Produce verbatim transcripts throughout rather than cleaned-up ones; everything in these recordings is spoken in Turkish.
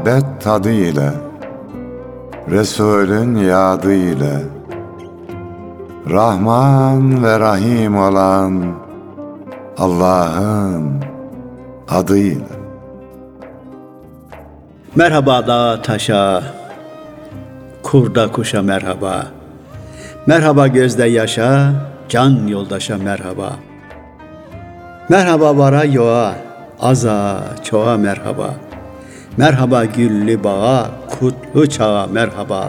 muhabbet tadı ile, Resulün yadı ile, Rahman ve Rahim olan Allah'ın adıyla. Merhaba dağa taşa, kurda kuşa merhaba. Merhaba gözde yaşa, can yoldaşa merhaba. Merhaba vara yoğa, aza çoğa merhaba. Merhaba güllü bağa, kutlu çağa merhaba.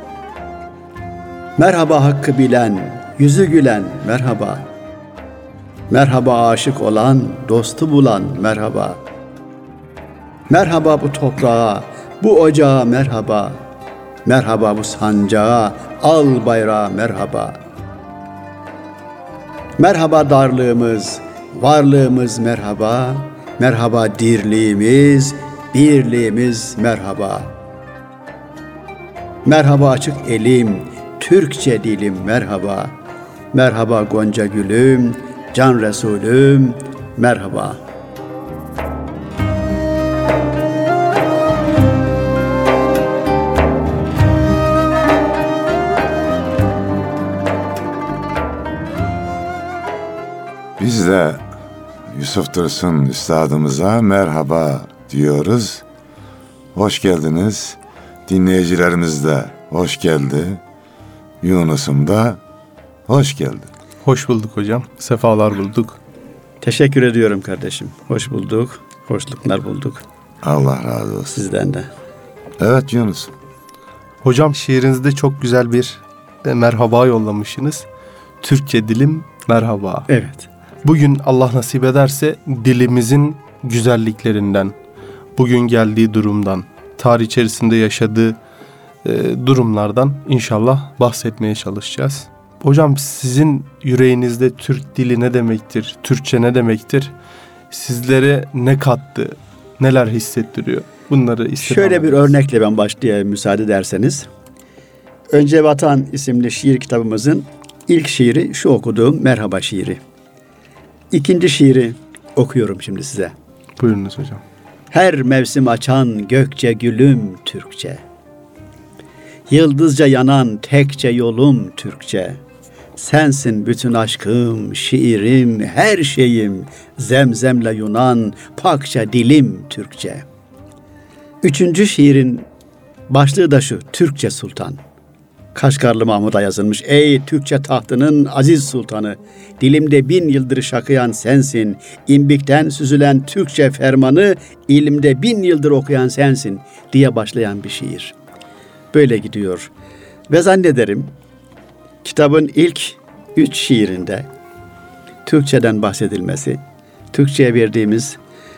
Merhaba hakkı bilen, yüzü gülen merhaba. Merhaba aşık olan, dostu bulan merhaba. Merhaba bu toprağa, bu ocağa merhaba. Merhaba bu sancağa, al bayrağı merhaba. Merhaba darlığımız, varlığımız merhaba. Merhaba dirliğimiz, birliğimiz merhaba. Merhaba açık elim, Türkçe dilim merhaba. Merhaba gonca gülüm, can Resulüm merhaba. Biz de Yusuf Dursun Üstadımıza merhaba diyoruz. Hoş geldiniz. Dinleyicilerimiz de hoş geldi. Yunus'um da hoş geldi. Hoş bulduk hocam. Sefalar bulduk. Teşekkür ediyorum kardeşim. Hoş bulduk. Hoşluklar bulduk. Allah razı olsun. Sizden de. Evet Yunus. Hocam şiirinizde çok güzel bir merhaba yollamışsınız. Türkçe dilim merhaba. Evet. Bugün Allah nasip ederse dilimizin güzelliklerinden, bugün geldiği durumdan, tarih içerisinde yaşadığı e, durumlardan inşallah bahsetmeye çalışacağız. Hocam sizin yüreğinizde Türk dili ne demektir, Türkçe ne demektir? Sizlere ne kattı, neler hissettiriyor? Bunları istedim. Şöyle bir örnekle ben başlayayım müsaade ederseniz. Önce Vatan isimli şiir kitabımızın ilk şiiri şu okuduğum Merhaba şiiri. İkinci şiiri okuyorum şimdi size. Buyurunuz hocam. Her mevsim açan gökçe gülüm Türkçe. Yıldızca yanan tekçe yolum Türkçe. Sensin bütün aşkım, şiirim, her şeyim. Zemzemle yunan pakça dilim Türkçe. Üçüncü şiirin başlığı da şu: Türkçe Sultan. Kaşgarlı Mahmud'a yazılmış. Ey Türkçe tahtının aziz sultanı, dilimde bin yıldır şakıyan sensin. İmbikten süzülen Türkçe fermanı, ilimde bin yıldır okuyan sensin diye başlayan bir şiir. Böyle gidiyor. Ve zannederim kitabın ilk üç şiirinde Türkçeden bahsedilmesi, Türkçe'ye verdiğimiz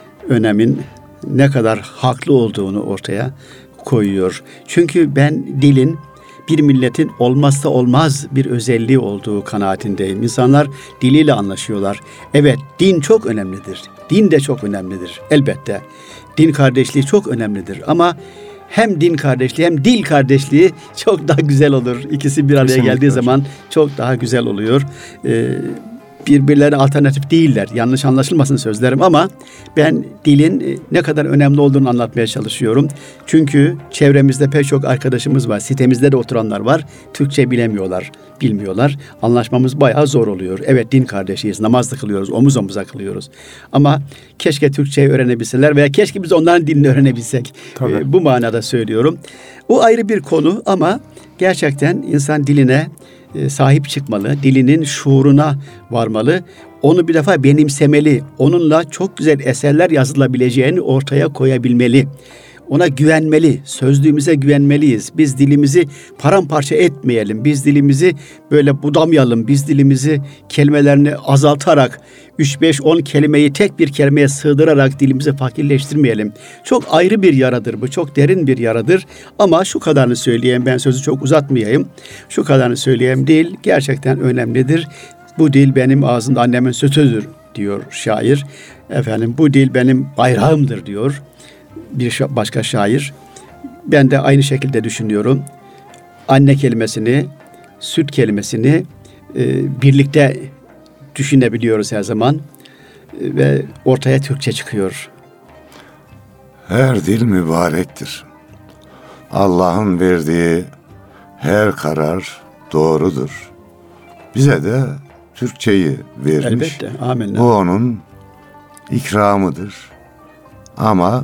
önemin ne kadar haklı olduğunu ortaya koyuyor. Çünkü ben dilin bir milletin olmazsa olmaz bir özelliği olduğu kanaatindeyim. İnsanlar diliyle anlaşıyorlar. Evet, din çok önemlidir. Din de çok önemlidir elbette. Din kardeşliği çok önemlidir ama hem din kardeşliği hem dil kardeşliği çok daha güzel olur. İkisi bir araya Kesinlikle geldiği hocam. zaman çok daha güzel oluyor. Ee, birbirlerine alternatif değiller. Yanlış anlaşılmasın sözlerim ama ben dilin ne kadar önemli olduğunu anlatmaya çalışıyorum. Çünkü çevremizde pek çok arkadaşımız var. Sitemizde de oturanlar var. Türkçe bilemiyorlar, bilmiyorlar. Anlaşmamız bayağı zor oluyor. Evet, din kardeşiyiz, namaz da kılıyoruz, omuz omuza kılıyoruz. Ama keşke Türkçeyi öğrenebilseler veya keşke biz onların dilini öğrenebilsek. Ee, bu manada söylüyorum. O ayrı bir konu ama gerçekten insan diline sahip çıkmalı, dilinin şuuruna varmalı, onu bir defa benimsemeli, onunla çok güzel eserler yazılabileceğini ortaya koyabilmeli, ona güvenmeli, sözlüğümüze güvenmeliyiz. Biz dilimizi paramparça etmeyelim, biz dilimizi böyle budamayalım, biz dilimizi kelimelerini azaltarak, üç beş on kelimeyi tek bir kelimeye sığdırarak dilimizi fakirleştirmeyelim. Çok ayrı bir yaradır bu, çok derin bir yaradır. Ama şu kadarını söyleyeyim, ben sözü çok uzatmayayım. Şu kadarını söyleyeyim, dil gerçekten önemlidir. Bu dil benim ağzımda annemin sütüdür diyor şair. Efendim, bu dil benim bayrağımdır diyor bir başka şair. Ben de aynı şekilde düşünüyorum. Anne kelimesini, süt kelimesini e, birlikte düşünebiliyoruz her zaman. E, ve ortaya Türkçe çıkıyor. Her dil mübarektir. Allah'ın verdiği her karar doğrudur. Bize de Türkçeyi vermiş. Elbette. Amenna. Bu onun ikramıdır. Ama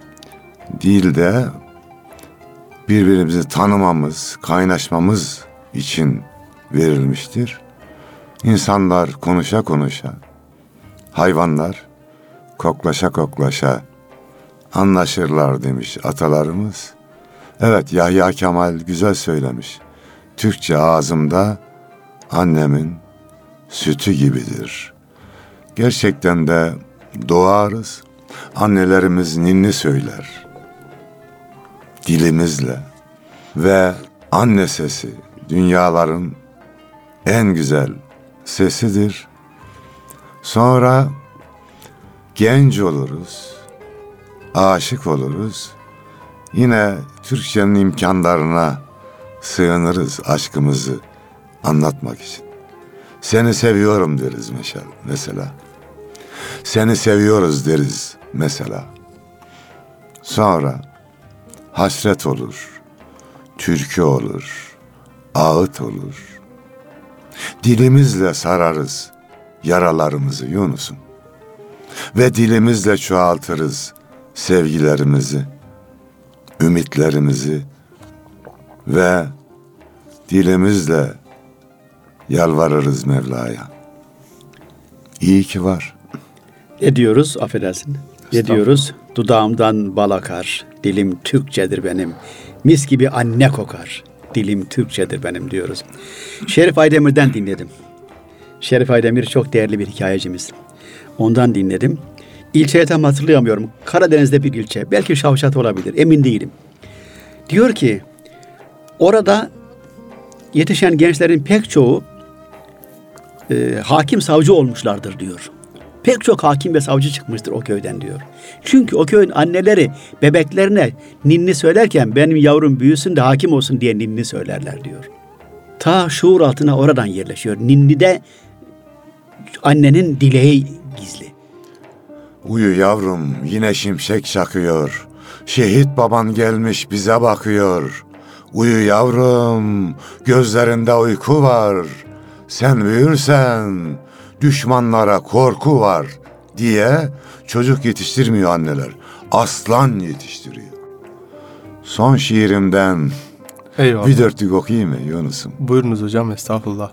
dilde birbirimizi tanımamız, kaynaşmamız için verilmiştir. İnsanlar konuşa konuşa, hayvanlar koklaşa koklaşa anlaşırlar demiş atalarımız. Evet, Yahya Kemal güzel söylemiş. Türkçe ağzımda annemin sütü gibidir. Gerçekten de doğarız. Annelerimiz ninni söyler. Dilimizle. Ve anne sesi dünyaların en güzel sesidir. Sonra genç oluruz. Aşık oluruz. Yine Türkçenin imkanlarına sığınırız aşkımızı anlatmak için. Seni seviyorum deriz mesela. Seni seviyoruz deriz mesela. Sonra hasret olur, türkü olur, ağıt olur. Dilimizle sararız yaralarımızı Yunus'um. Ve dilimizle çoğaltırız sevgilerimizi, ümitlerimizi ve dilimizle yalvarırız Mevla'ya. İyi ki var. Ne diyoruz? Affedersin. Ne diyoruz? Dudağımdan bal akar, dilim Türkçedir benim. Mis gibi anne kokar, dilim Türkçedir benim diyoruz. Şerif Aydemir'den dinledim. Şerif Aydemir çok değerli bir hikayecimiz. Ondan dinledim. İlçeyi tam hatırlayamıyorum. Karadeniz'de bir ilçe. Belki Şavşat olabilir. Emin değilim. Diyor ki orada yetişen gençlerin pek çoğu e, hakim savcı olmuşlardır diyor. Pek çok hakim ve savcı çıkmıştır o köyden diyor. Çünkü o köyün anneleri bebeklerine ninni söylerken benim yavrum büyüsün de hakim olsun diye ninni söylerler diyor. Ta şuur altına oradan yerleşiyor. Ninnide annenin dileği gizli. Uyu yavrum, yine şimşek çakıyor. Şehit baban gelmiş bize bakıyor. Uyu yavrum, gözlerinde uyku var. Sen büyürsen düşmanlara korku var diye çocuk yetiştirmiyor anneler. Aslan yetiştiriyor. Son şiirimden Eyvallah. bir dörtlük okuyayım mı Yunus'um? Buyurunuz hocam, estağfurullah.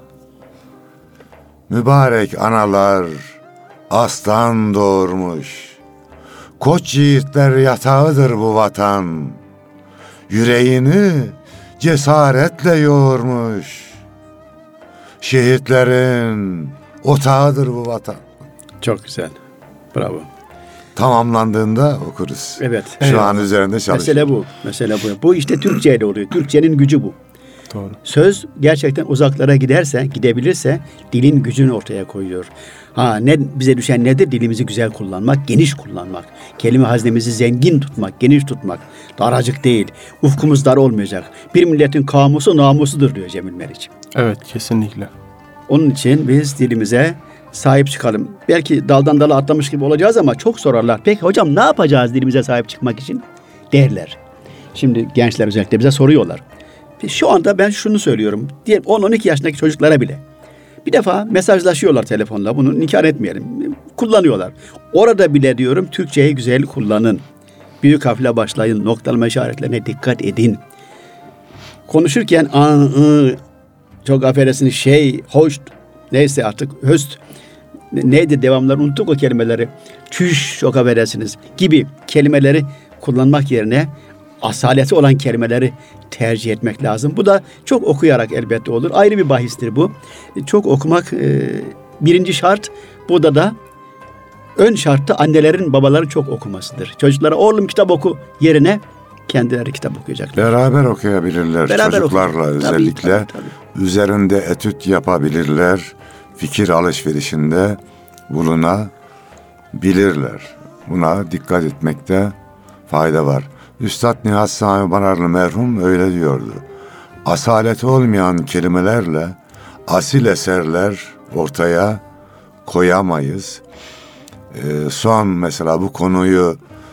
Mübarek analar aslan doğurmuş. Koç yiğitler yatağıdır bu vatan. Yüreğini cesaretle yoğurmuş. Şehitlerin otağıdır bu vatan. Çok güzel. Bravo. Tamamlandığında okuruz. Evet. Şu Evet. an üzerinde çalışıyoruz. Mesele bu. Mesele bu. Bu işte Türkçeyle oluyor. Türkçenin gücü bu. Doğru. Söz gerçekten uzaklara giderse, gidebilirse dilin gücünü ortaya koyuyor. Ha ne bize düşen nedir? Dilimizi güzel kullanmak, geniş kullanmak. Kelime haznemizi zengin tutmak, geniş tutmak. Daracık değil. Ufkumuz dar olmayacak. Bir milletin kamusu namusudur diyor Cemil Meriç. Evet, kesinlikle. Onun için biz dilimize sahip çıkalım. Belki daldan dala atlamış gibi olacağız ama çok sorarlar. Peki hocam ne yapacağız dilimize sahip çıkmak için? Derler. Şimdi gençler özellikle bize soruyorlar. Şu anda ben şunu söylüyorum. Diyelim on on iki yaşındaki çocuklara bile. Bir defa mesajlaşıyorlar telefonla. Bunu inkar etmeyelim. Kullanıyorlar. Orada bile diyorum Türkçeyi güzel kullanın. Büyük harfle başlayın. Noktalama işaretlerine dikkat edin. Konuşurken a, ı, çok affedersiniz şey, hoş, neyse artık höst, neydi devamlar unuttuk o kelimeleri. Çüş, çok affedersiniz gibi kelimeleri kullanmak yerine asaleti olan kelimeleri tercih etmek lazım. Bu da çok okuyarak elbette olur. Ayrı bir bahistir bu. Çok okumak e, birinci şart. Burada da ön şartta annelerin, babaların çok okumasıdır. Çocuklara oğlum kitap oku yerine kendileri kitap okuyacaklar. Beraber okuyabilirler. Beraber Çocuklarla okuyacak. özellikle. Tabii, tabii, tabii. Üzerinde etüt yapabilirler. Fikir alışverişinde bulunabilirler. Buna dikkat etmekte fayda var. Üstad Nihat Sami Banarlı merhum öyle diyordu. Asaleti olmayan kelimelerle asil eserler ortaya koyamayız. Ee, son mesela bu konuyu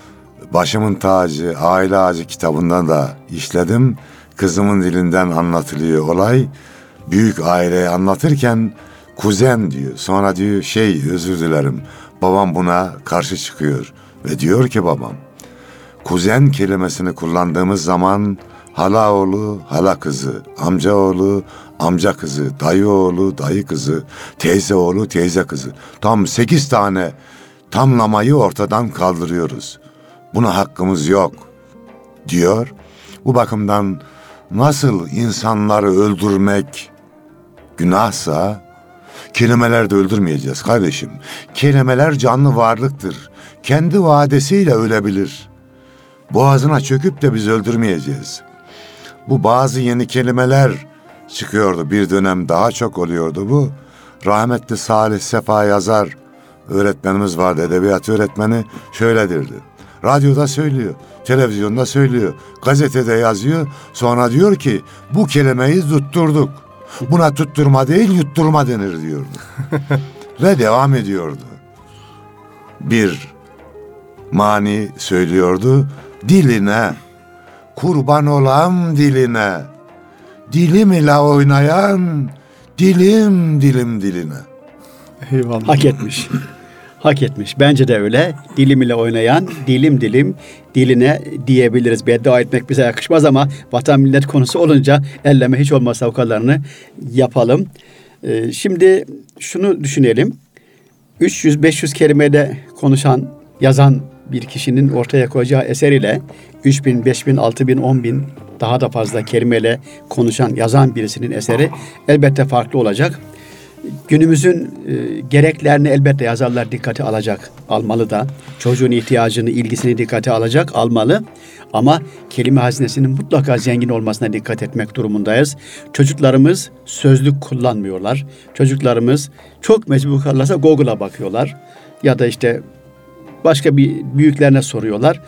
Başımın Tacı, Aile Ağacı kitabından da işledim. Kızımın dilinden anlatılıyor olay. Büyük aileyi anlatırken kuzen diyor. Sonra diyor şey özür dilerim. Babam buna karşı çıkıyor. Ve diyor ki babam, kuzen kelimesini kullandığımız zaman hala oğlu, hala kızı, amca oğlu, amca kızı, dayı oğlu, dayı kızı, teyze oğlu, teyze kızı. Tam sekiz tane tamlamayı ortadan kaldırıyoruz. Buna hakkımız yok diyor. Bu bakımdan nasıl insanları öldürmek günahsa kelimeler de öldürmeyeceğiz kardeşim. Kelimeler canlı varlıktır. Kendi vadesiyle ölebilir. Boğazına çöküp de biz öldürmeyeceğiz. Bu bazı yeni kelimeler çıkıyordu. Bir dönem daha çok oluyordu bu. Rahmetli Salih Sefa Yazar öğretmenimiz vardı, edebiyat öğretmeni, şöyle derdi. Radyoda söylüyor, televizyonda söylüyor, gazetede yazıyor. Sonra diyor ki bu kelimeyi tutturduk. Buna tutturma değil yutturma denir diyordu. Ve devam ediyordu. Bir mani söylüyordu. Diline, kurban olam diline, dilim ile oynayan dilim dilim diline. Eyvallah. Hak etmiş. Hak etmiş. Bence de öyle. Dilim ile oynayan dilim dilim diline diyebiliriz. Beddua etmek bize yakışmaz ama vatan millet konusu olunca elleme hiç olmazsa o kadarını yapalım. Ee, şimdi şunu düşünelim. üç yüz beş yüz kelimede konuşan, yazan bir kişinin ortaya koyacağı eser ile üç bin, beş bin, altı bin, on bin daha da fazla kelimeyle konuşan, yazan birisinin eseri elbette farklı olacak. Günümüzün e, gereklerini elbette yazarlar dikkate alacak, almalı da. Çocuğun ihtiyacını, ilgisini dikkate alacak, almalı. Ama kelime hazinesinin mutlaka zengin olmasına dikkat etmek durumundayız. Çocuklarımız sözlük kullanmıyorlar. Çocuklarımız çok mecbur kalırsa Google'a bakıyorlar. Ya da işte başka bir büyüklerine soruyorlar.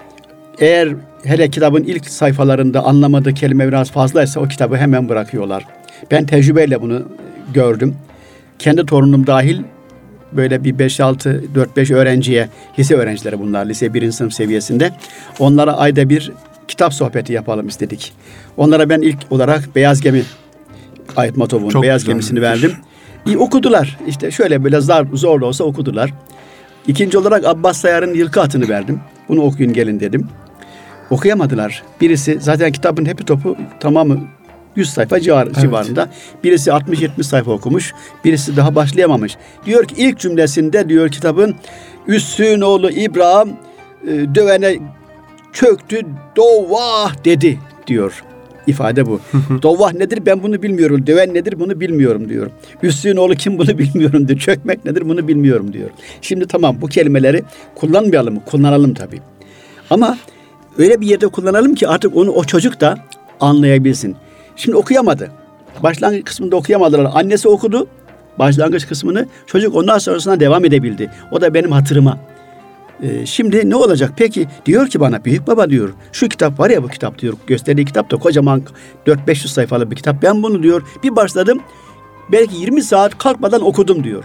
Eğer hele kitabın ilk sayfalarında anlamadığı kelime biraz fazlaysa o kitabı hemen bırakıyorlar. Ben tecrübeyle bunu gördüm. Kendi torunum dahil böyle bir beş altı dört beş öğrenciye, lise öğrencileri bunlar, lise birinci sınıf seviyesinde. Onlara ayda bir kitap sohbeti yapalım istedik. Onlara ben ilk olarak Beyaz Gemi, Aytmatov'un Beyaz Gemisi'ni verdim. İyi okudular. İşte şöyle böyle zor, zor da olsa okudular. İkinci olarak Abbas Sayar'ın Yılkı Atı'nı verdim. Bunu okuyun gelin dedim. Okuyamadılar. Birisi zaten kitabın hepi topu tamamı yüz sayfa civar, evet. civarında. Birisi altmış yetmiş sayfa okumuş. Birisi daha başlayamamış. Diyor ki ilk cümlesinde diyor kitabın Üssün oğlu İbrahim e, dövene çöktü, dovah dedi diyor. İfade bu. Dovah nedir ben bunu bilmiyorum. Döven nedir bunu bilmiyorum diyor. Üssün oğlu kim bunu bilmiyorum diyor. Çökmek nedir bunu bilmiyorum diyor. Şimdi tamam bu kelimeleri kullanmayalım mı? Kullanalım tabii. Ama öyle bir yerde kullanalım ki artık onu o çocuk da anlayabilsin. Şimdi okuyamadı. Başlangıç kısmında okuyamadılar. Annesi okudu başlangıç kısmını. Çocuk ondan sonrasına devam edebildi. O da benim hatırıma. Ee, şimdi ne olacak? Peki diyor ki bana büyük baba diyor. Şu kitap var ya bu kitap diyor. Gösterdiği kitap da kocaman dört beş yüz sayfalı bir kitap. Ben bunu diyor bir başladım. Belki yirmi saat kalkmadan okudum diyor.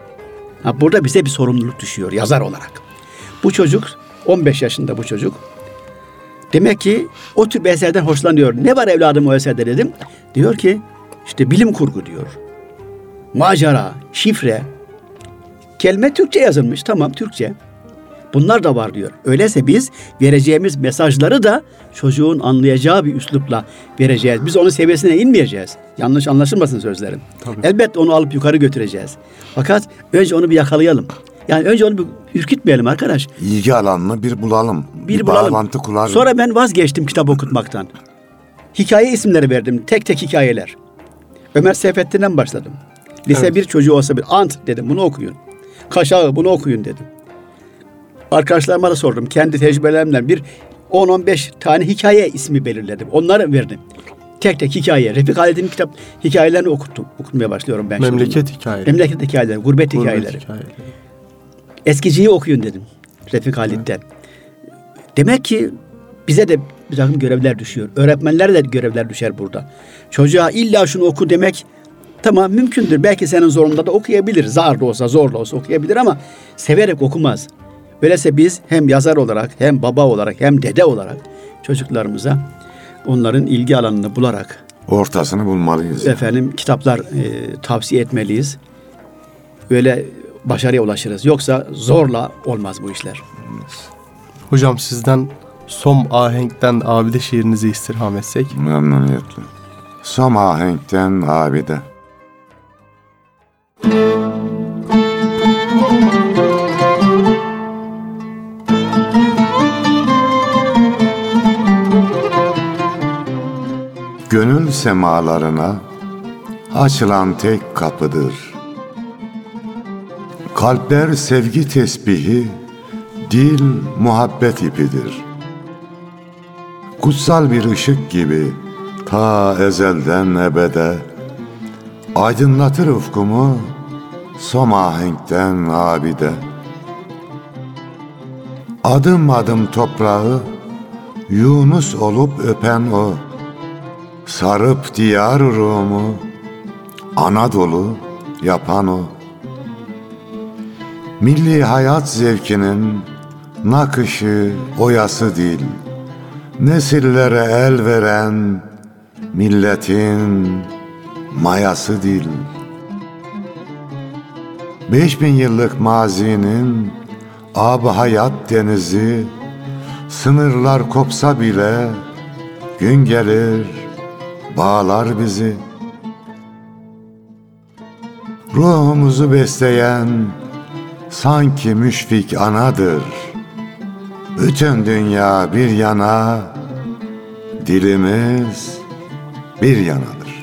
Ha, burada bize bir sorumluluk düşüyor yazar olarak. Bu çocuk on beş yaşında bu çocuk. Demek ki o tür bir eserden hoşlanıyor. Ne var evladım o eserde dedim. Diyor ki işte bilim kurgu diyor. Macera, şifre. Kelime Türkçe yazılmış. Tamam Türkçe. Bunlar da var diyor. Öyleyse biz vereceğimiz mesajları da çocuğun anlayacağı bir üslupla vereceğiz. Biz onun seviyesine inmeyeceğiz. Yanlış anlaşılmasın sözlerim. Tabii. Elbette onu alıp yukarı götüreceğiz. Fakat önce onu bir yakalayalım. Yani önce onu bir ürkütmeyelim arkadaş. İlgi alanını bir bulalım. Bir, bir bulalım. bağlantı kuralım. Sonra ben vazgeçtim kitap okutmaktan. Hikaye isimleri verdim. Tek tek hikayeler. Ömer Seyfettin'den başladım. Lise evet. bir çocuğu olsa bir Ant dedim bunu okuyun. Kaşağı bunu okuyun dedim. Arkadaşlarıma da sordum. Kendi tecrübelerimden bir on on beş tane hikaye ismi belirledim. Onları verdim. Tek tek hikaye. Refik Halit'in kitap hikayelerini okuttum. Okutmaya başlıyorum ben. Memleket şimdi. hikayeleri. Memleket hikayeleri, gurbet, gurbet hikayeleri. hikayeleri. Eskiciyi okuyun dedim. Refik Halit'ten. Evet. Demek ki bize de bir takım görevler düşüyor. Öğretmenlere de görevler düşer burada. Çocuğa illa şunu oku demek tamam mümkündür. Belki senin zorunda da okuyabilir. Zar da olsa zor da olsa okuyabilir ama severek okumaz. Öyleyse biz hem yazar olarak, hem baba olarak, hem dede olarak çocuklarımıza onların ilgi alanını bularak Ortasını bulmalıyız. efendim kitaplar e, tavsiye etmeliyiz. Öyle başarıya ulaşırız. Yoksa zorla olmaz bu işler. Hocam sizden Som Ahenk'ten Abide şiirinizi istirham etsek. Memnuniyetle. Som Ahenk'ten Abide. Gönül semalarına açılan tek kapıdır. Kalpler sevgi tesbihi, dil muhabbet ipidir. Kutsal bir ışık gibi ta ezelden ebede aydınlatır ufkumu Som Ahenk'ten Abide. Adım adım toprağı Yunus olup öpen o, sarıp diyar Rum'u Anadolu yapan o. Milli hayat zevkinin nakışı oyası değil, nesillere el veren milletin mayası değil. Beş bin yıllık mazinin ab hayat denizi, sınırlar kopsa bile gün gelir bağlar bizi. Ruhumuzu besleyen sanki müşfik anadır. Bütün dünya bir yana, dilimiz bir yanadır.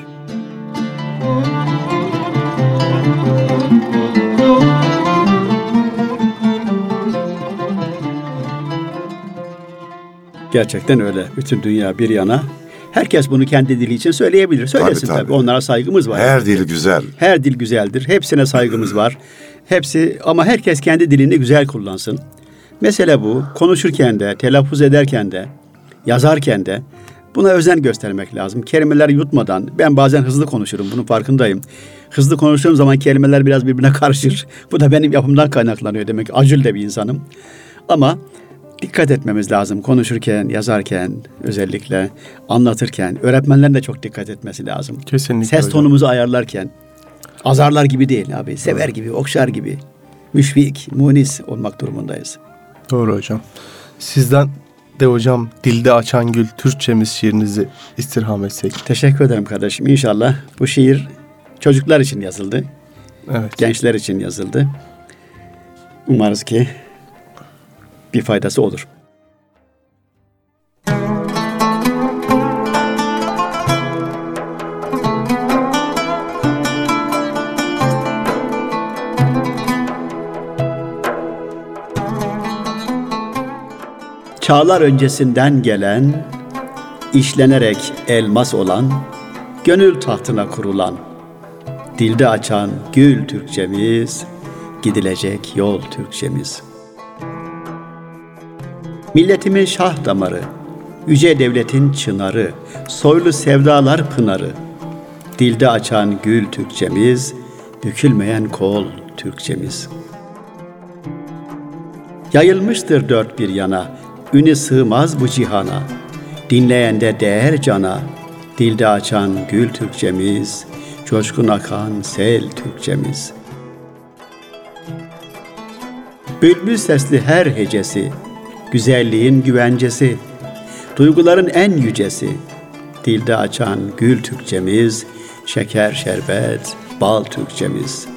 Gerçekten öyle. Bütün dünya bir yana. Herkes bunu kendi dili için söyleyebilir. Söylesin tabii. Tabii, tabii. Onlara saygımız var. Her dil güzel. Her dil güzeldir. Hepsine saygımız var. Hepsi ama herkes kendi dilini güzel kullansın. Mesele bu. Konuşurken de, telaffuz ederken de, yazarken de buna özen göstermek lazım. Kelimeleri yutmadan. Ben bazen hızlı konuşurum. Bunun farkındayım. Hızlı konuştuğum zaman kelimeler biraz birbirine karışır. Bu da benim yapımdan kaynaklanıyor demek. Acil de bir insanım. Ama dikkat etmemiz lazım. Konuşurken, yazarken, özellikle anlatırken. Öğretmenlerin de çok dikkat etmesi lazım. Kesinlikle Ses hocam. tonumuzu ayarlarken. Azarlar gibi değil abi. Sever gibi, okşar gibi. Müşfik, munis olmak durumundayız. Doğru hocam. Sizden de hocam Dilde Açan Gül Türkçemiz şiirinizi istirham etsek. Teşekkür ederim kardeşim. İnşallah bu şiir çocuklar için yazıldı. Evet. Gençler için yazıldı. Umarız ki bir faydası olur. Çağlar öncesinden gelen, işlenerek elmas olan, gönül tahtına kurulan, dilde açan gül Türkçemiz, gidilecek yol Türkçemiz. Milletimin şah damarı, yüce devletin çınarı, soylu sevdalar pınarı, dilde açan gül Türkçemiz, bükülmeyen kol Türkçemiz. Yayılmıştır dört bir yana, ünü sığmaz bu cihana, dinleyende değer cana, dilde açan gül Türkçemiz, coşkun akan sel Türkçemiz. Bülbül sesli her hecesi, güzelliğin güvencesi, duyguların en yücesi, dilde açan gül Türkçemiz, şeker şerbet, bal Türkçemiz.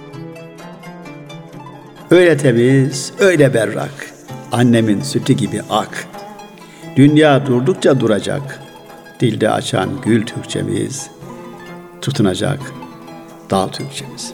Öyle temiz, öyle berrak, annemin sütü gibi ak. Dünya durdukça duracak, dilde açan gül Türkçemiz, tutunacak dal Türkçemiz.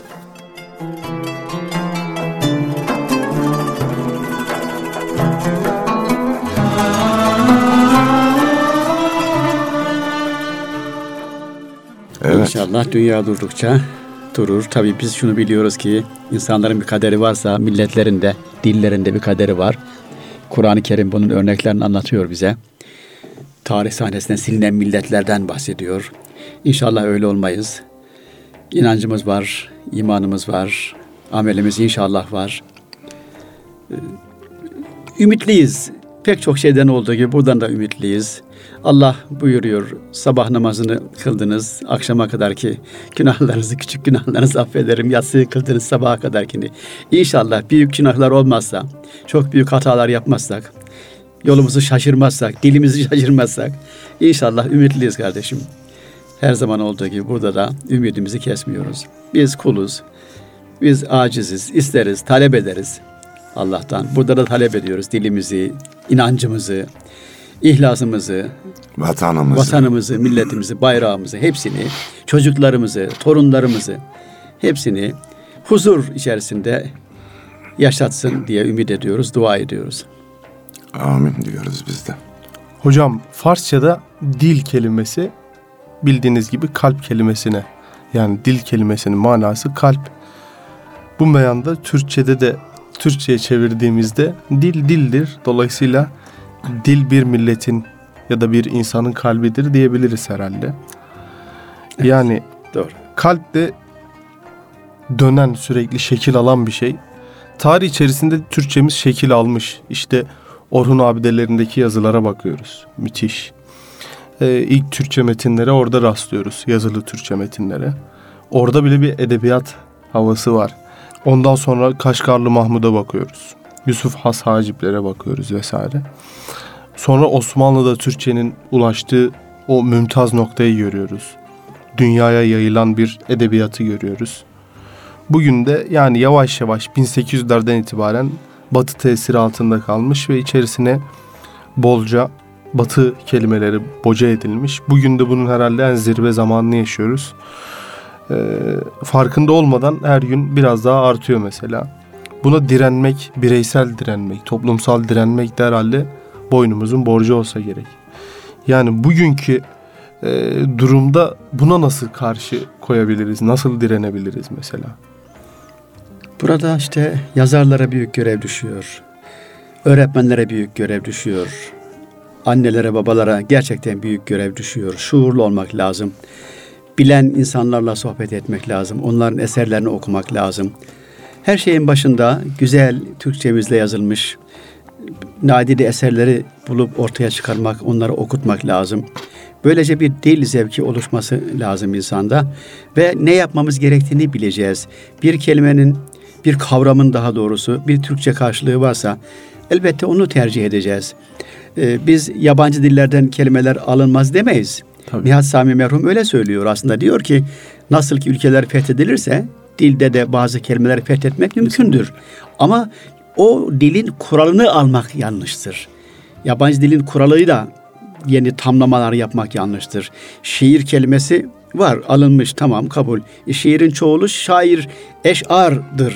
Evet. İnşallah dünya durdukça durur. Tabii biz şunu biliyoruz ki insanların bir kaderi varsa milletlerin de, dillerinde bir kaderi var. Kur'an-ı Kerim bunun örneklerini anlatıyor bize. Tarih sahnesinden silinen milletlerden bahsediyor. İnşallah öyle olmayız. İnancımız var, imanımız var, amelimiz inşallah var. Ümitliyiz. Pek çok şeyden olduğu gibi buradan da ümitliyiz. Allah buyuruyor, sabah namazını kıldınız, akşama kadarki günahlarınızı, küçük günahlarınızı affederim, yatsıyı kıldınız sabaha kadarkini. İnşallah büyük günahlar olmazsa, çok büyük hatalar yapmazsak, yolumuzu şaşırmazsak, dilimizi şaşırmazsak, inşallah ümitliyiz kardeşim. Her zaman olduğu gibi burada da ümidimizi kesmiyoruz. Biz kuluz, biz aciziz, isteriz, talep ederiz Allah'tan. Burada da talep ediyoruz dilimizi, inancımızı, İhlasımızı, Vatanımızı. vatanımızı, milletimizi, bayrağımızı, hepsini, çocuklarımızı, torunlarımızı, hepsini huzur içerisinde yaşatsın diye ümit ediyoruz, dua ediyoruz. Amin diyoruz biz de. Hocam Farsça'da dil kelimesi bildiğiniz gibi kalp kelimesine, yani dil kelimesinin manası kalp. Bu meyanda Türkçe'de de Türkçe'ye çevirdiğimizde dil dildir. Dolayısıyla dil bir milletin ya da bir insanın kalbidir diyebiliriz herhalde. Yani Doğru. kalp de dönen, sürekli şekil alan bir şey. Tarih içerisinde Türkçemiz şekil almış. İşte Orhun abidelerindeki yazılara bakıyoruz. Müthiş. Ee, ilk Türkçe metinlere orada rastlıyoruz. Yazılı Türkçe metinlere. Orada bile bir edebiyat havası var. Ondan sonra Kaşgarlı Mahmud'a bakıyoruz. Yusuf Has Haciplere bakıyoruz vesaire. Sonra Osmanlı'da Türkçenin ulaştığı o mümtaz noktayı görüyoruz. Dünyaya yayılan bir edebiyatı görüyoruz. Bugün de yani yavaş yavaş bin sekiz yüzlerden itibaren Batı tesiri altında kalmış ve içerisine bolca Batı kelimeleri boca edilmiş. Bugün de bunun herhalde en zirve zamanını yaşıyoruz. Ee, farkında olmadan her gün biraz daha artıyor mesela. Buna direnmek, bireysel direnmek, toplumsal direnmek de herhalde boynumuzun borcu olsa gerek. Yani bugünkü e, durumda buna nasıl karşı koyabiliriz, nasıl direnebiliriz mesela? Burada işte yazarlara büyük görev düşüyor. Öğretmenlere büyük görev düşüyor. Annelere, babalara gerçekten büyük görev düşüyor. Şuurlu olmak lazım. Bilen insanlarla sohbet etmek lazım. Onların eserlerini okumak lazım. Her şeyin başında güzel Türkçemizle yazılmış nadide eserleri bulup ortaya çıkarmak, onları okutmak lazım. Böylece bir dil zevki oluşması lazım insanda ve ne yapmamız gerektiğini bileceğiz. Bir kelimenin, bir kavramın daha doğrusu bir Türkçe karşılığı varsa elbette onu tercih edeceğiz. Ee, biz yabancı dillerden kelimeler alınmaz demeyiz. Tabii. Nihat Sami merhum öyle söylüyor aslında. Diyor ki nasıl ki ülkeler fethedilirse dilde de bazı kelimeleri fethetmek mümkündür. Ama o dilin kuralını almak yanlıştır. Yabancı dilin kuralıyla yeni tamlamalar yapmak yanlıştır. Şiir kelimesi var, alınmış, tamam, kabul. E, şiirin çoğulu şair, eşardır.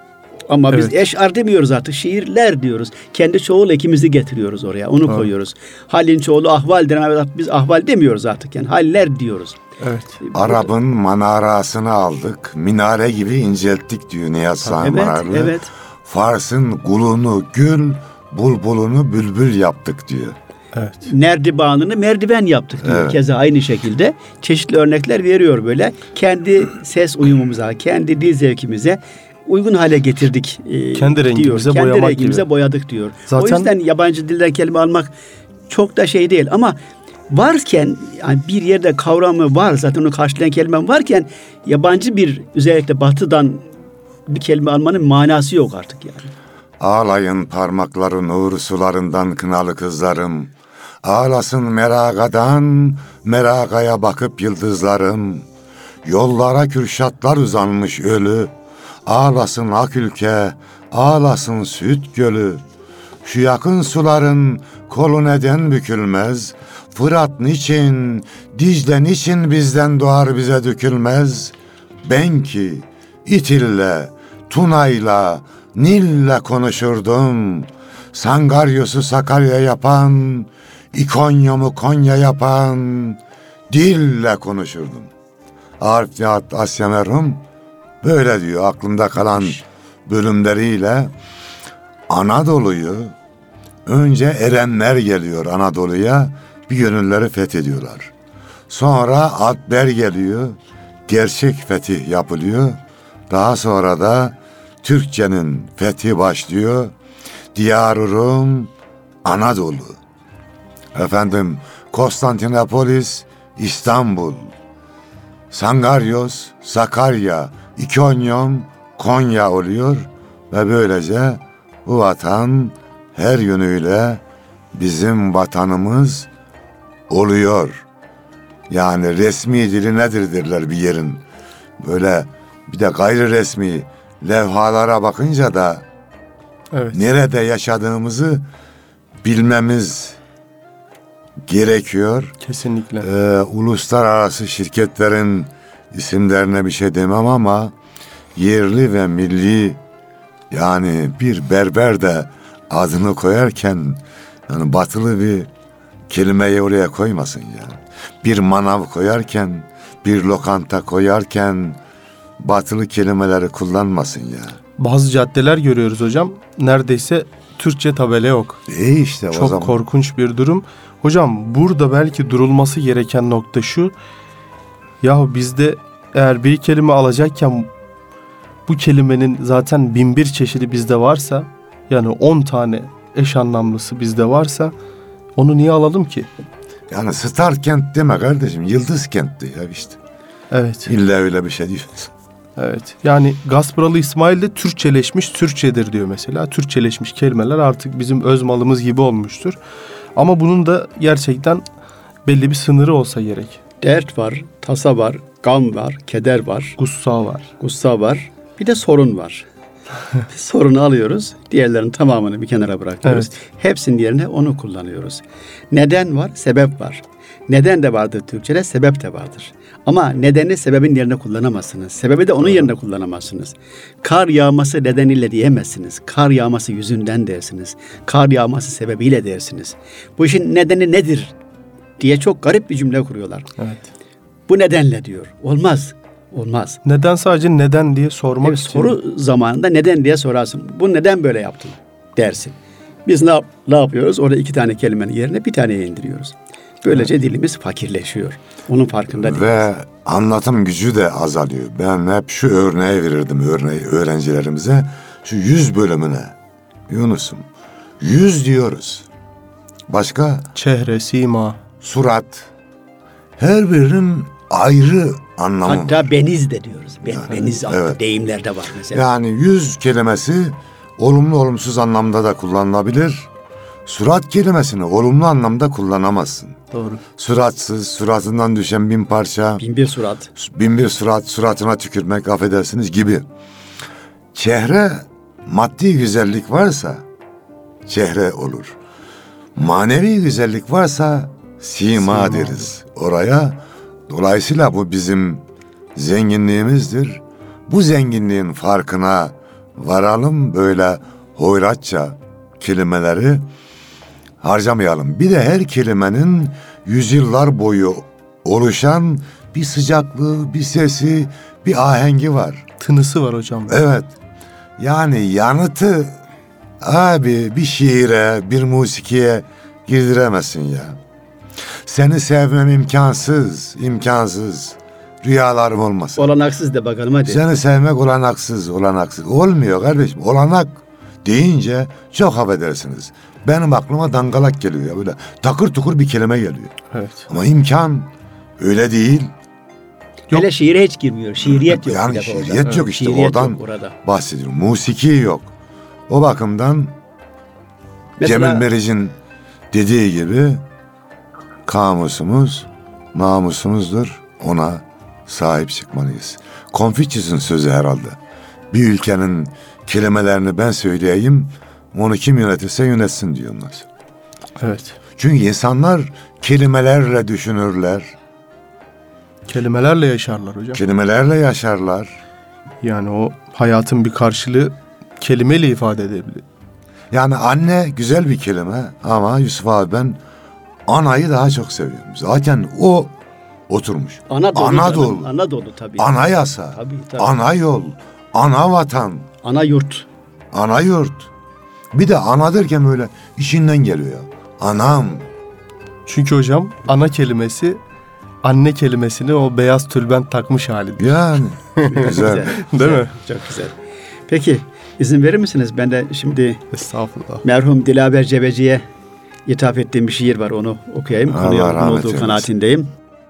Ama Evet. biz eşar demiyoruz artık, şiirler diyoruz. Kendi çoğul ekimizi getiriyoruz oraya, onu Doğru. koyuyoruz. Halin çoğulu ahvaldir ama biz ahval demiyoruz artık, yani haller diyoruz. Evet. Arap'ın manarasını aldık, minare gibi incelttik diyor Nihat Sami Evet, Manarlı. evet. Fars'ın gulunu gül, bulbulunu bülbül yaptık diyor. Evet. Nerdibanını merdiven yaptık diyor. Evet. Keza aynı şekilde çeşitli örnekler veriyor böyle. Kendi ses uyumumuza, kendi dil zevkimize uygun hale getirdik e, Kendi diyor. rengimize Kendi boyamak rengimize gibi. boyadık diyor. Zaten- O yüzden yabancı dilden kelime almak çok da şey değil ama varken, yani bir yerde kavramı var, zaten onu karşılayan kelime varken yabancı bir, özellikle batıdan bir kelime almanın manası yok artık yani. Ağlayın parmakları nur sularından kınalı kızlarım. Ağlasın meragadan, meragaya bakıp yıldızlarım. Yollara kürşatlar uzanmış ölü. Ağlasın ak ülke, ağlasın süt gölü. Şu yakın suların kolu neden bükülmez? Fırat niçin, Dicle niçin bizden doğar bize dökülmez? Ben ki İtil'le, Tuna'yla, Nil'le konuşurdum. Sangaryos'u Sakarya yapan, İkonya'mı Konya yapan dille konuşurdum. Arif Nihat Asya merhum böyle diyor aklımda kalan bölümleriyle. Anadolu'yu önce erenler geliyor Anadolu'ya, bir gönülleri fethediyorlar. Sonra Alpler geliyor, gerçek fetih yapılıyor. Daha sonra da Türkçenin fethi başlıyor. Diyarı Anadolu. Efendim Konstantinopolis, İstanbul. Sangaryos, Sakarya, İkonyon, Konya oluyor ve böylece bu vatan her yönüyle bizim vatanımız oluyor. Yani resmi dili nedir derler bir yerin. Böyle bir de gayri resmi levhalara bakınca da Evet. nerede yaşadığımızı bilmemiz gerekiyor. Kesinlikle. Ee, uluslararası şirketlerin isimlerine bir şey demem ama yerli ve milli, yani bir berber de adını koyarken yani batılı bir kelimeyi oraya koymasın yani. Bir manav koyarken, bir lokanta koyarken batılı kelimeleri kullanmasın ya. Bazı caddeler görüyoruz hocam. Neredeyse Türkçe tabela yok. İyi işte o Çok zaman. korkunç bir durum. Hocam burada belki durulması gereken nokta şu. Yahu bizde eğer bir kelime alacakken bu kelimenin zaten bin bir çeşidi bizde varsa, yani on tane eş anlamlısı bizde varsa onu niye alalım ki? Yani Star Kent deme kardeşim, Yıldız Kent'ti ya işte. Evet. İlla öyle bir şey diyorsun. Evet. Yani Gasparalı İsmail de Türkçeleşmiş Türkçedir diyor mesela. Türkçeleşmiş kelimeler artık bizim öz malımız gibi olmuştur. Ama bunun da gerçekten belli bir sınırı olsa gerek. Dert var, tasa var, gam var, keder var, Gussa var. gussa var. Bir de sorun var. Sorunu alıyoruz, diğerlerinin tamamını bir kenara bırakıyoruz. Evet. Hepsinin yerine onu kullanıyoruz. Neden var? Sebep var. Neden de vardır Türkçe'de, sebep de vardır. Ama nedeni sebebin yerine kullanamazsınız. Sebebi de onun yerine kullanamazsınız. Kar yağması nedeniyle diyemezsiniz. Kar yağması yüzünden dersiniz. Kar yağması sebebiyle dersiniz. Bu işin nedeni nedir diye çok garip bir cümle kuruyorlar. Evet. Bu nedenle diyor. Olmaz. Olmaz. Neden sadece neden diye sormak Evet, için. soru zamanında neden diye sorarsın. Bu neden böyle yaptın dersin. Biz ne, yap- ne yapıyoruz? Orada iki tane kelimenin yerine bir taneye indiriyoruz. Böylece evet. dilimiz fakirleşiyor. Onun farkında değiliz. Ve anlatım gücü de azalıyor. Ben hep şu örneği verirdim örneği öğrencilerimize. Şu yüz bölümüne. Yunus'um. Yüz diyoruz. Başka? Çehre, sima. Surat. Her birinin ayrı anlamı var. Hatta beniz de diyoruz. Ben, Yani, beniz adlı evet. deyimlerde var mesela. Yani yüz kelimesi olumlu olumsuz anlamda da kullanılabilir. Surat kelimesini olumlu anlamda kullanamazsın. Doğru. Suratsız, suratından düşen bin parça, Bin bir surat. bin bir surat, suratına tükürmek, affedersiniz gibi. Çehre, maddi güzellik varsa çehre olur. Manevi güzellik varsa sima, Sima deriz oraya. Dolayısıyla bu bizim zenginliğimizdir. Bu zenginliğin farkına varalım, böyle hoyratça kelimeleri harcamayalım. Bir de her kelimenin yüzyıllar boyu oluşan bir sıcaklığı, bir sesi, bir ahengi var. Tınısı var hocam. Evet. Yani yanıtı abi bir şiire, bir musikiye girdiremezsin ya. Seni sevmem imkansız, imkansız. Rüyalarım olmasın. Olanaksız de bakalım hadi. Seni sevmek olanaksız, olanaksız. Olmuyor kardeşim. Olanak deyince çok affedersiniz. Benim aklıma dangalak geliyor ya, böyle takır tukur bir kelime geliyor. Evet. Ama imkan öyle değil. Hele şiire hiç girmiyor. Şiiriyet yok. Yani bir defa şiiriyet orada. yok işte, Şiiriyet oradan yok orada. bahsediyorum. Musiki yok. O bakımdan Mesela- Cemil Meriç'in dediği gibi kamusumuz namusumuzdur. Ona sahip çıkmalıyız. Konfüçyüs'ün sözü herhalde. Bir ülkenin kelimelerini ben söyleyeyim, onu kim yönetirse yönetsin diyorlar. Evet. Çünkü insanlar kelimelerle düşünürler, Kelimelerle yaşarlar hocam. kelimelerle yaşarlar. Yani o hayatın bir karşılığı kelimeyle ifade edebilir. Yani anne güzel bir kelime ama Yusuf abi ben anayı daha çok seviyorum. Zaten o oturmuş. Anadolu. Anadolu, canım, Anadolu tabii. anayasa, Tabii, tabii. ana yol, ana vatan, Ana yurt. ana yurt. Bir de ana derken böyle işinden geliyor. Anam. Çünkü hocam ana kelimesi anne kelimesini o beyaz tülbent takmış halidir. Yani güzel. Değil mi? Çok güzel. Peki İzin verir misiniz? Ben de şimdi Estağfurullah. merhum Dilaver Cebeci'ye ithaf ettiğim bir şiir var, onu okuyayım. Allah Konuya uygun rahmet olduğu eylesin. kanaatindeyim.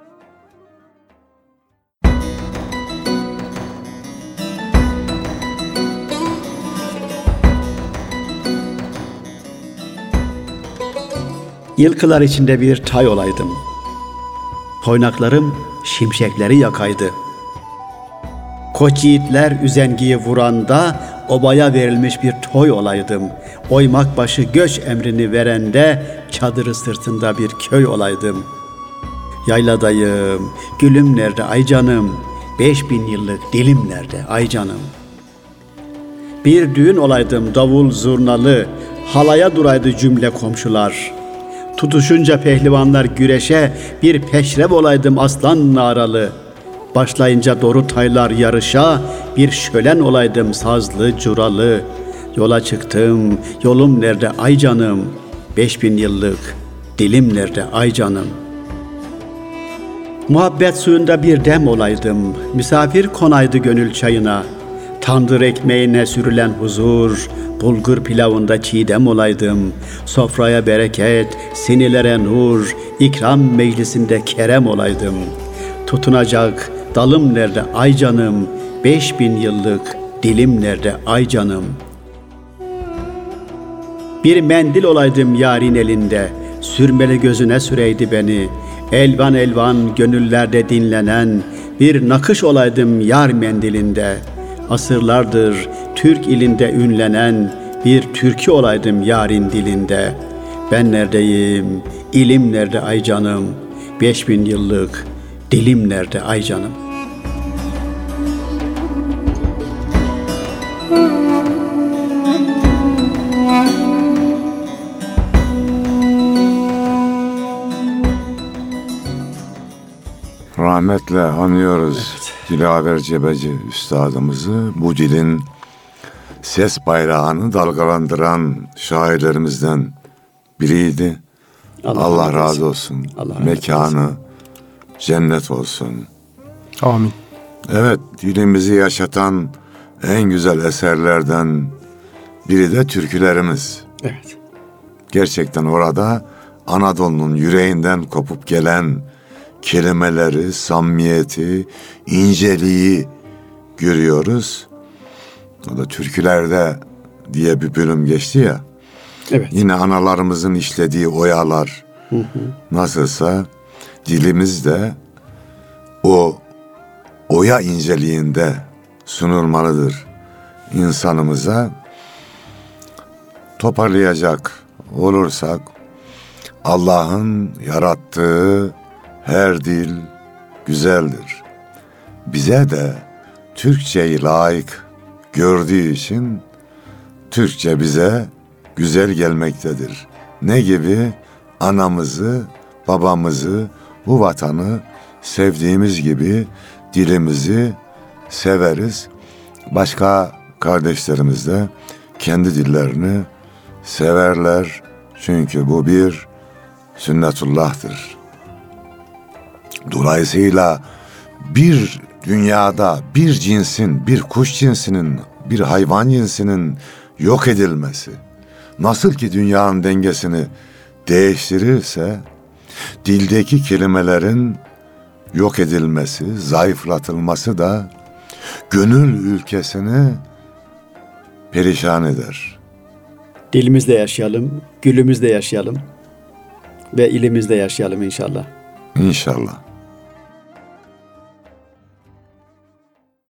Yılkılar içinde bir tay olaydım. Toynaklarım şimşekleri yakaydı. Koç yiğitler üzengiyi vuranda obaya verilmiş bir toy olaydım. Oymak başı göç emrini verende çadırı sırtında bir köy olaydım. Yayladayım, gülüm nerede ay canım, beş bin yıllık dilim nerede ay canım. Bir düğün olaydım davul zurnalı, halaya duraydı cümle komşular. Tutuşunca pehlivanlar güreşe, bir peşrev olaydım aslan naralı. Başlayınca doğru taylar yarışa, bir şölen olaydım sazlı curalı. Yola çıktım, yolum nerede ay canım, beş bin yıllık dilim nerede ay canım. Muhabbet suyunda bir dem olaydım, misafir konaydı gönül çayına. Tandır ekmeğine sürülen huzur, bulgur pilavında çiğdem olaydım. Sofraya bereket, sinilere nur, ikram meclisinde kerem olaydım. Tutunacak dalım nerede ay canım, beş bin yıllık dilim nerede ay canım. Bir mendil olaydım yarın elinde, sürmeli gözüne süreydi beni. Elvan elvan gönüllerde dinlenen, bir nakış olaydım yar mendilinde. Asırlardır Türk ilinde ünlenen, bir türkü olaydım yarın dilinde. Ben neredeyim, ilim nerede ay canım, beş bin yıllık dilim nerede ay canım. Rahmetle anıyoruz Dilaver Cebeci üstadımızı. Bu dilin ses bayrağını dalgalandıran şairlerimizden biriydi. Allah Allah, rahmet razı eylesin. olsun. Allah rahmet Mekanı cennet olsun. Amin. Evet, dilimizi yaşatan en güzel eserlerden biri de türkülerimiz. Evet. Gerçekten orada Anadolu'nun yüreğinden kopup gelen kelimeleri, samimiyeti, inceliği görüyoruz. O da türkülerde diye bir bölüm geçti ya. Evet. Yine analarımızın işlediği oyalar Hı hı. nasılsa dilimiz de o oya inceliğinde sunulmalıdır insanımıza. Toparlayacak olursak Allah'ın yarattığı her dil güzeldir. Bize de Türkçeyi layık gördüğü için Türkçe bize güzel gelmektedir. Ne gibi? Anamızı, babamızı, bu vatanı sevdiğimiz gibi dilimizi severiz. Başka kardeşlerimiz de kendi dillerini severler. Çünkü bu bir sünnetullah'tır. Dolayısıyla bir dünyada bir cinsin, bir kuş cinsinin, bir hayvan cinsinin yok edilmesi, nasıl ki dünyanın dengesini değiştirirse, dildeki kelimelerin yok edilmesi, zayıflatılması da gönül ülkesini perişan eder. Dilimizle yaşayalım, gülümüzle yaşayalım ve ilimizle yaşayalım inşallah. İnşallah.